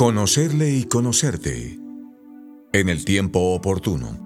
Conocerle y conocerte en el tiempo oportuno.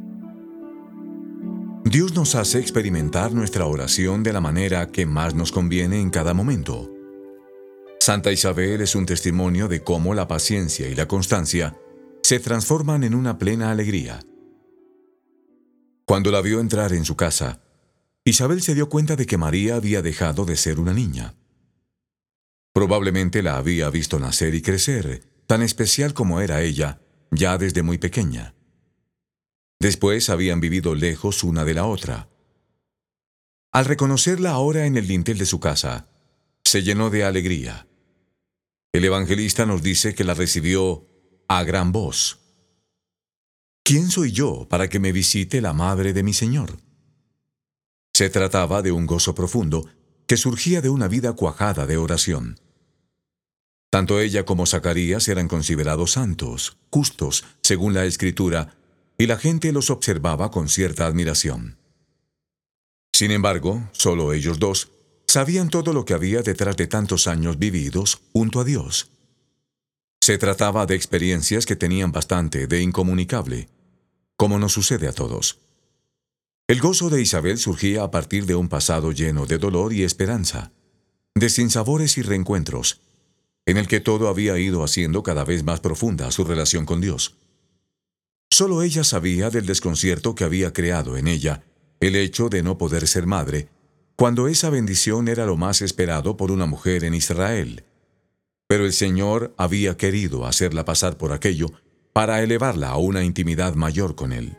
Dios nos hace experimentar nuestra oración de la manera que más nos conviene en cada momento. Santa Isabel es un testimonio de cómo la paciencia y la constancia se transforman en una plena alegría. Cuando la vio entrar en su casa, Isabel se dio cuenta de que María había dejado de ser una niña. Probablemente la había visto nacer y crecer, tan especial como era ella, ya desde muy pequeña. Después habían vivido lejos una de la otra. Al reconocerla ahora en el dintel de su casa, se llenó de alegría. El evangelista nos dice que la recibió a gran voz. ¿Quién soy yo para que me visite la madre de mi Señor? Se trataba de un gozo profundo que surgía de una vida cuajada de oración. Tanto ella como Zacarías eran considerados santos, justos, según la Escritura, y la gente los observaba con cierta admiración. Sin embargo, solo ellos dos sabían todo lo que había detrás de tantos años vividos junto a Dios. Se trataba de experiencias que tenían bastante de incomunicable, como nos sucede a todos. El gozo de Isabel surgía a partir de un pasado lleno de dolor y esperanza, de sinsabores y reencuentros, en el que todo había ido haciendo cada vez más profunda su relación con Dios. Solo ella sabía del desconcierto que había creado en ella el hecho de no poder ser madre, cuando esa bendición era lo más esperado por una mujer en Israel. Pero el Señor había querido hacerla pasar por aquello para elevarla a una intimidad mayor con Él.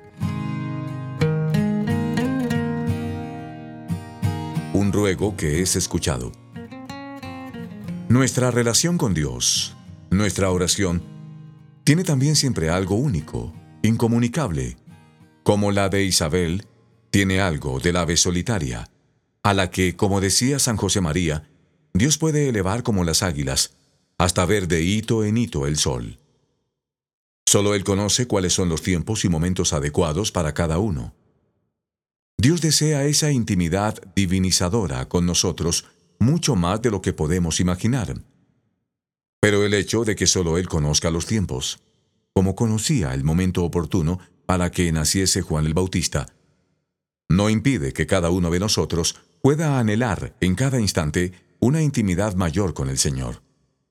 Un ruego que es escuchado. Nuestra relación con Dios, nuestra oración, tiene también siempre algo único, incomunicable, como la de Isabel tiene algo del ave solitaria, a la que, como decía San José María, Dios puede elevar como las águilas, hasta ver de hito en hito el sol. Solo Él conoce cuáles son los tiempos y momentos adecuados para cada uno. Dios desea esa intimidad divinizadora con nosotros mucho más de lo que podemos imaginar. Pero el hecho de que solo Él conozca los tiempos, como conocía el momento oportuno para que naciese Juan el Bautista, no impide que cada uno de nosotros pueda anhelar en cada instante una intimidad mayor con el Señor.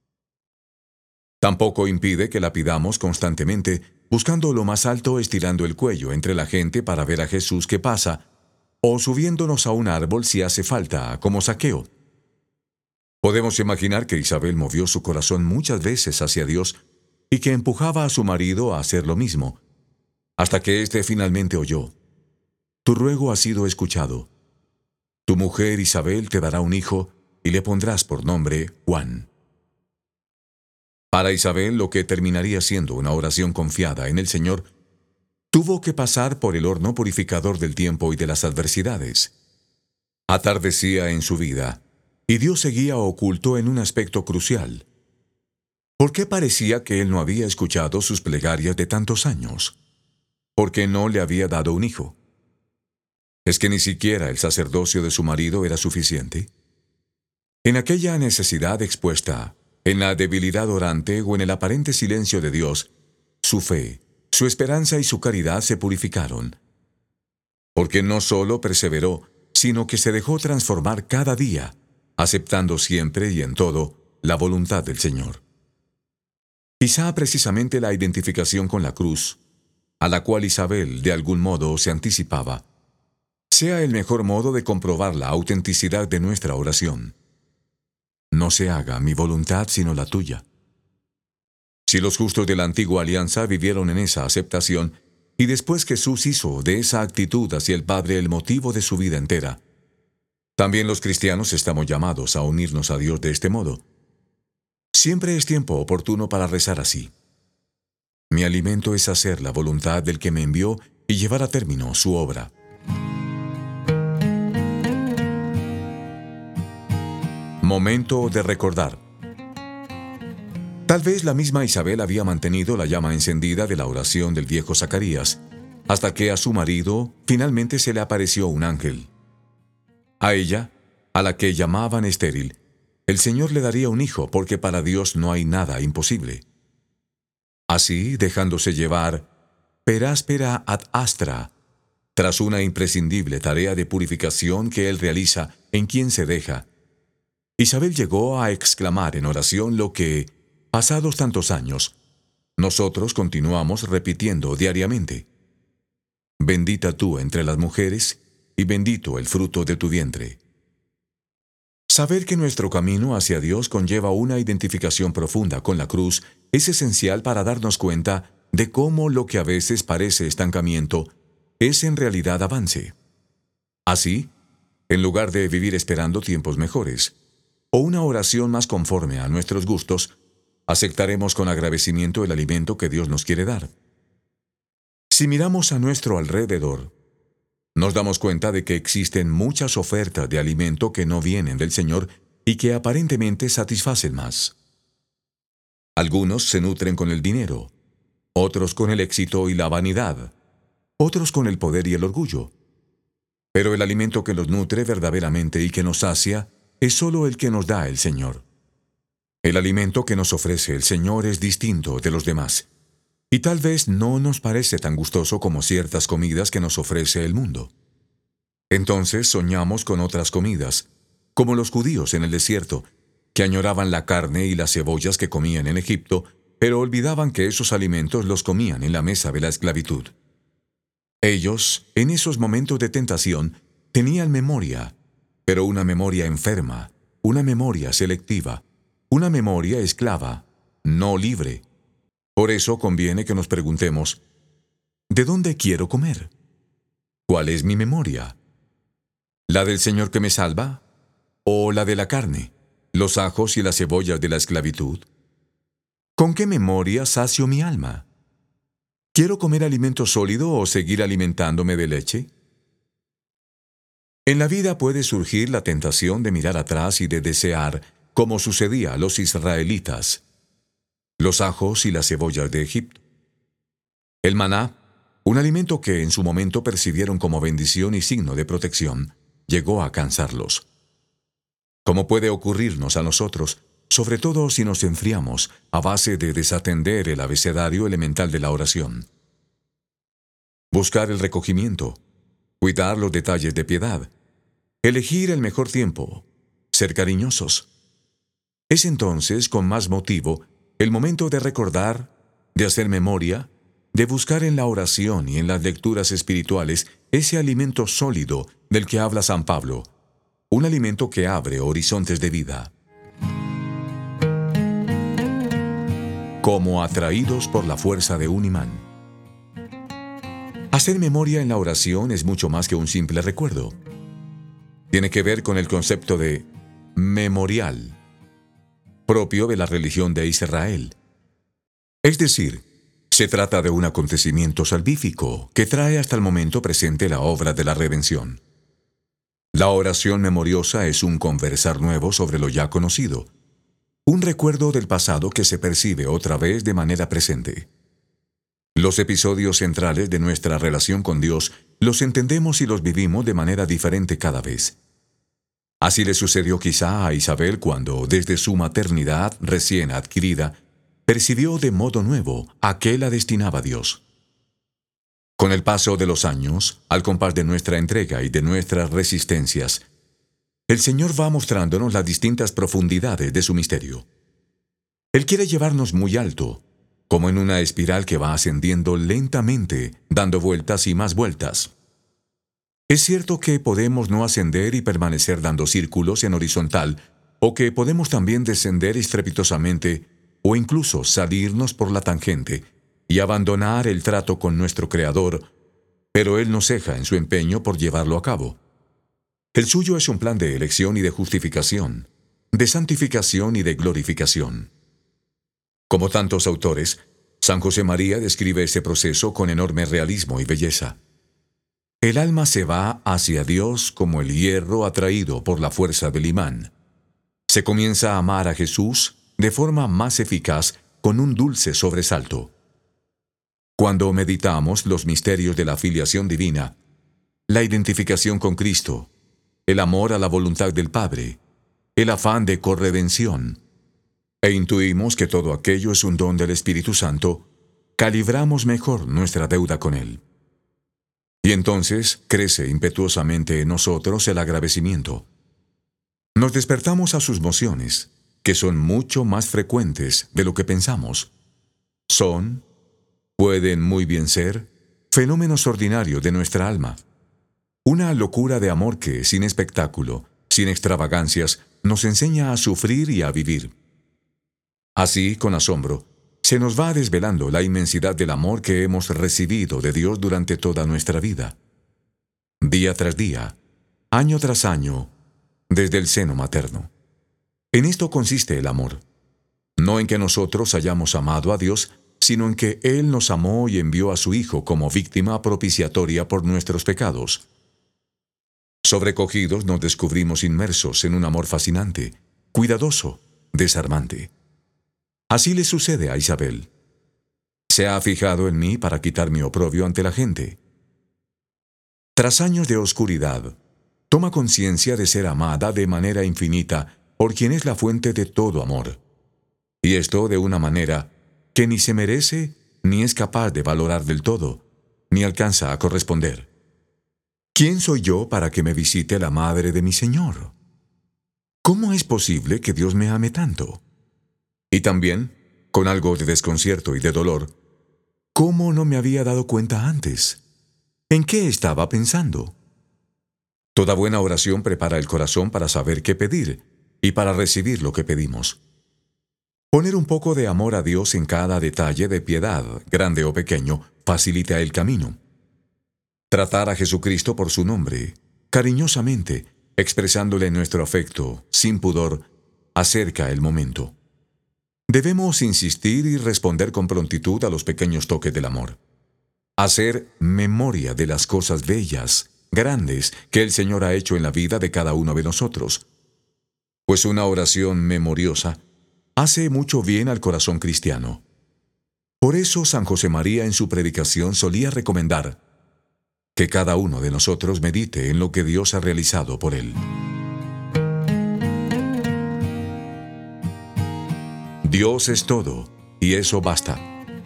Tampoco impide que la pidamos constantemente, buscando lo más alto, estirando el cuello entre la gente para ver a Jesús que pasa, o subiéndonos a un árbol si hace falta, como Zaqueo. Podemos imaginar que Isabel movió su corazón muchas veces hacia Dios y que empujaba a su marido a hacer lo mismo, hasta que éste finalmente oyó: «Tu ruego ha sido escuchado. Tu mujer Isabel te dará un hijo y le pondrás por nombre Juan». Para Isabel, lo que terminaría siendo una oración confiada en el Señor, tuvo que pasar por el horno purificador del tiempo y de las adversidades. Atardecía en su vida, y Dios seguía oculto en un aspecto crucial. ¿Por qué parecía que Él no había escuchado sus plegarias de tantos años? ¿Por qué no le había dado un hijo? ¿Es que ni siquiera el sacerdocio de su marido era suficiente? En aquella necesidad expuesta, en la debilidad orante o en el aparente silencio de Dios, su fe, su esperanza y su caridad se purificaron. Porque no solo perseveró, sino que se dejó transformar cada día, aceptando siempre y en todo la voluntad del Señor. Quizá precisamente la identificación con la cruz, a la cual Isabel de algún modo se anticipaba, sea el mejor modo de comprobar la autenticidad de nuestra oración. No se haga mi voluntad sino la tuya. Si los justos de la antigua alianza vivieron en esa aceptación, y después Jesús hizo de esa actitud hacia el Padre el motivo de su vida entera, también los cristianos estamos llamados a unirnos a Dios de este modo. Siempre es tiempo oportuno para rezar así. Mi alimento es hacer la voluntad del que me envió y llevar a término su obra. Momento de recordar. Tal vez la misma Isabel había mantenido la llama encendida de la oración del viejo Zacarías, hasta que a su marido finalmente se le apareció un ángel. A ella, a la que llamaban estéril, el Señor le daría un hijo porque para Dios no hay nada imposible. Así, dejándose llevar, per aspera ad astra, tras una imprescindible tarea de purificación que él realiza en quien se deja, Isabel llegó a exclamar en oración lo que, pasados tantos años, nosotros continuamos repitiendo diariamente. Bendita tú entre las mujeres, y bendito el fruto de tu vientre. Saber que nuestro camino hacia Dios conlleva una identificación profunda con la cruz es esencial para darnos cuenta de cómo lo que a veces parece estancamiento es en realidad avance. Así, en lugar de vivir esperando tiempos mejores, o una oración más conforme a nuestros gustos, aceptaremos con agradecimiento el alimento que Dios nos quiere dar. Si miramos a nuestro alrededor, nos damos cuenta de que existen muchas ofertas de alimento que no vienen del Señor y que aparentemente satisfacen más. Algunos se nutren con el dinero, otros con el éxito y la vanidad, otros con el poder y el orgullo. Pero el alimento que los nutre verdaderamente y que nos sacia es solo el que nos da el Señor. El alimento que nos ofrece el Señor es distinto de los demás, y tal vez no nos parece tan gustoso como ciertas comidas que nos ofrece el mundo. Entonces soñamos con otras comidas, como los judíos en el desierto, que añoraban la carne y las cebollas que comían en Egipto, pero olvidaban que esos alimentos los comían en la mesa de la esclavitud. Ellos, en esos momentos de tentación, tenían memoria, pero una memoria enferma, una memoria selectiva, una memoria esclava, no libre. Por eso conviene que nos preguntemos, ¿de dónde quiero comer? ¿Cuál es mi memoria? ¿La del Señor que me salva? ¿O la de la carne, los ajos y las cebollas de la esclavitud? ¿Con qué memoria sacio mi alma? ¿Quiero comer alimento sólido o seguir alimentándome de leche? En la vida puede surgir la tentación de mirar atrás y de desear, como sucedía a los israelitas, los ajos y las cebollas de Egipto. El maná, un alimento que en su momento percibieron como bendición y signo de protección, llegó a cansarlos. ¿Cómo puede ocurrirnos a nosotros, sobre todo si nos enfriamos a base de desatender el abecedario elemental de la oración? Buscar el recogimiento, cuidar los detalles de piedad, elegir el mejor tiempo, ser cariñosos. Es entonces, con más motivo, el momento de recordar, de hacer memoria, de buscar en la oración y en las lecturas espirituales ese alimento sólido del que habla San Pablo, un alimento que abre horizontes de vida. Como atraídos por la fuerza de un imán. Hacer memoria en la oración es mucho más que un simple recuerdo. Tiene que ver con el concepto de memorial, propio de la religión de Israel. Es decir, se trata de un acontecimiento salvífico que trae hasta el momento presente la obra de la redención. La oración memoriosa es un conversar nuevo sobre lo ya conocido, un recuerdo del pasado que se percibe otra vez de manera presente. Los episodios centrales de nuestra relación con Dios los entendemos y los vivimos de manera diferente cada vez. Así le sucedió quizá a Isabel cuando, desde su maternidad recién adquirida, percibió de modo nuevo a qué la destinaba Dios. Con el paso de los años, al compás de nuestra entrega y de nuestras resistencias, el Señor va mostrándonos las distintas profundidades de su misterio. Él quiere llevarnos muy alto, como en una espiral que va ascendiendo lentamente, dando vueltas y más vueltas. Es cierto que podemos no ascender y permanecer dando círculos en horizontal, o que podemos también descender estrepitosamente, o incluso salirnos por la tangente y abandonar el trato con nuestro Creador, pero Él no ceja en su empeño por llevarlo a cabo. El suyo es un plan de elección y de justificación, de santificación y de glorificación. Como tantos autores, San José María describe ese proceso con enorme realismo y belleza. El alma se va hacia Dios como el hierro atraído por la fuerza del imán. Se comienza a amar a Jesús de forma más eficaz con un dulce sobresalto. Cuando meditamos los misterios de la filiación divina, la identificación con Cristo, el amor a la voluntad del Padre, el afán de corredención, e intuimos que todo aquello es un don del Espíritu Santo, calibramos mejor nuestra deuda con Él. Y entonces crece impetuosamente en nosotros el agradecimiento. Nos despertamos a sus mociones, que son mucho más frecuentes de lo que pensamos. Pueden muy bien ser, fenómenos ordinarios de nuestra alma. Una locura de amor que, sin espectáculo, sin extravagancias, nos enseña a sufrir y a vivir. Así, con asombro, se nos va desvelando la inmensidad del amor que hemos recibido de Dios durante toda nuestra vida. Día tras día, año tras año, desde el seno materno. En esto consiste el amor. No en que nosotros hayamos amado a Dios, sino en que Él nos amó y envió a su Hijo como víctima propiciatoria por nuestros pecados. Sobrecogidos nos descubrimos inmersos en un amor fascinante, cuidadoso, desarmante. Así le sucede a Isabel. Se ha fijado en mí para quitar mi oprobio ante la gente. Tras años de oscuridad, toma conciencia de ser amada de manera infinita por quien es la fuente de todo amor. Y esto de una manera que ni se merece ni es capaz de valorar del todo, ni alcanza a corresponder. ¿Quién soy yo para que me visite la madre de mi Señor? ¿Cómo es posible que Dios me ame tanto? Y también, con algo de desconcierto y de dolor, ¿cómo no me había dado cuenta antes? ¿En qué estaba pensando? Toda buena oración prepara el corazón para saber qué pedir y para recibir lo que pedimos. Poner un poco de amor a Dios en cada detalle de piedad, grande o pequeño, facilita el camino. Tratar a Jesucristo por su nombre, cariñosamente, expresándole nuestro afecto, sin pudor, acerca el momento. Debemos insistir y responder con prontitud a los pequeños toques del amor. Hacer memoria de las cosas bellas, grandes, que el Señor ha hecho en la vida de cada uno de nosotros. Pues una oración memoriosa hace mucho bien al corazón cristiano. Por eso San José María en su predicación solía recomendar que cada uno de nosotros medite en lo que Dios ha realizado por él. Dios es todo, y eso basta.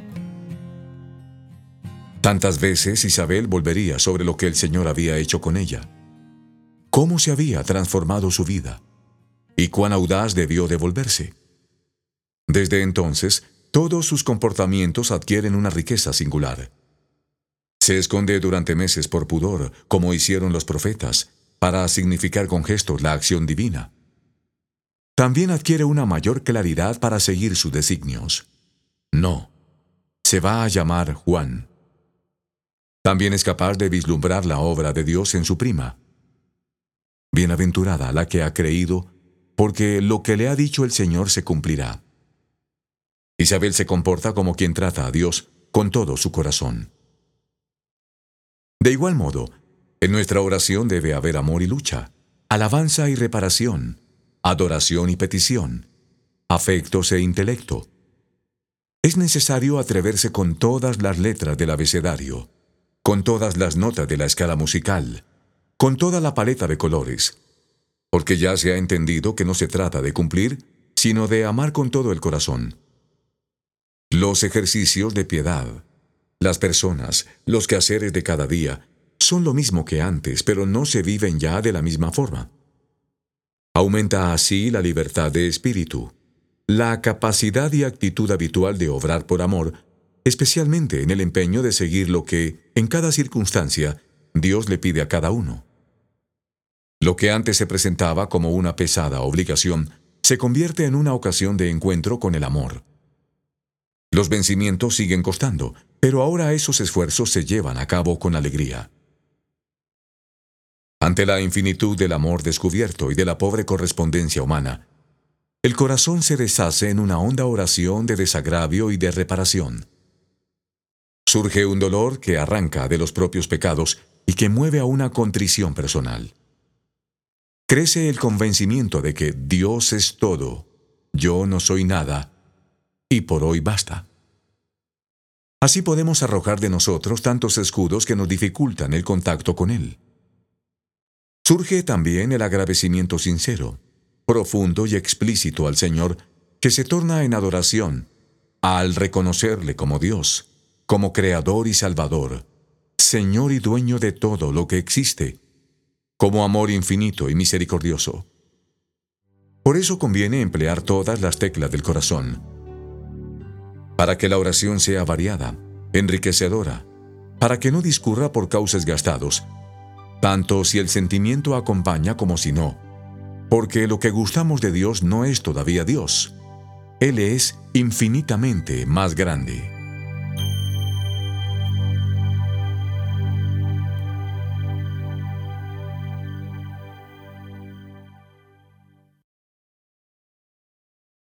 Tantas veces Isabel volvería sobre lo que el Señor había hecho con ella. Cómo se había transformado su vida, y cuán audaz debió de volverse. Desde entonces, todos sus comportamientos adquieren una riqueza singular. Se esconde durante meses por pudor, como hicieron los profetas, para significar con gestos la acción divina. También adquiere una mayor claridad para seguir sus designios. No, se va a llamar Juan. También es capaz de vislumbrar la obra de Dios en su prima. Bienaventurada la que ha creído, porque lo que le ha dicho el Señor se cumplirá. Isabel se comporta como quien trata a Dios con todo su corazón. De igual modo, en nuestra oración debe haber amor y lucha, alabanza y reparación, adoración y petición, afectos e intelecto. Es necesario atreverse con todas las letras del abecedario, con todas las notas de la escala musical, con toda la paleta de colores, porque ya se ha entendido que no se trata de cumplir, sino de amar con todo el corazón. Los ejercicios de piedad, las personas, los quehaceres de cada día, son lo mismo que antes, pero no se viven ya de la misma forma. Aumenta así la libertad de espíritu, la capacidad y actitud habitual de obrar por amor, especialmente en el empeño de seguir lo que, en cada circunstancia, Dios le pide a cada uno. Lo que antes se presentaba como una pesada obligación, se convierte en una ocasión de encuentro con el amor. Los vencimientos siguen costando, pero ahora esos esfuerzos se llevan a cabo con alegría. Ante la infinitud del amor descubierto y de la pobre correspondencia humana, el corazón se deshace en una honda oración de desagravio y de reparación. Surge un dolor que arranca de los propios pecados y que mueve a una contrición personal. Crece el convencimiento de que Dios es todo, yo no soy nada, y por hoy basta. Así podemos arrojar de nosotros tantos escudos que nos dificultan el contacto con Él. Surge también el agradecimiento sincero, profundo y explícito al Señor, que se torna en adoración, al reconocerle como Dios, como Creador y Salvador, Señor y dueño de todo lo que existe, como amor infinito y misericordioso. Por eso conviene emplear todas las teclas del corazón, para que la oración sea variada, enriquecedora, para que no discurra por cauces gastados, tanto si el sentimiento acompaña como si no, porque lo que gustamos de Dios no es todavía Dios. Él es infinitamente más grande.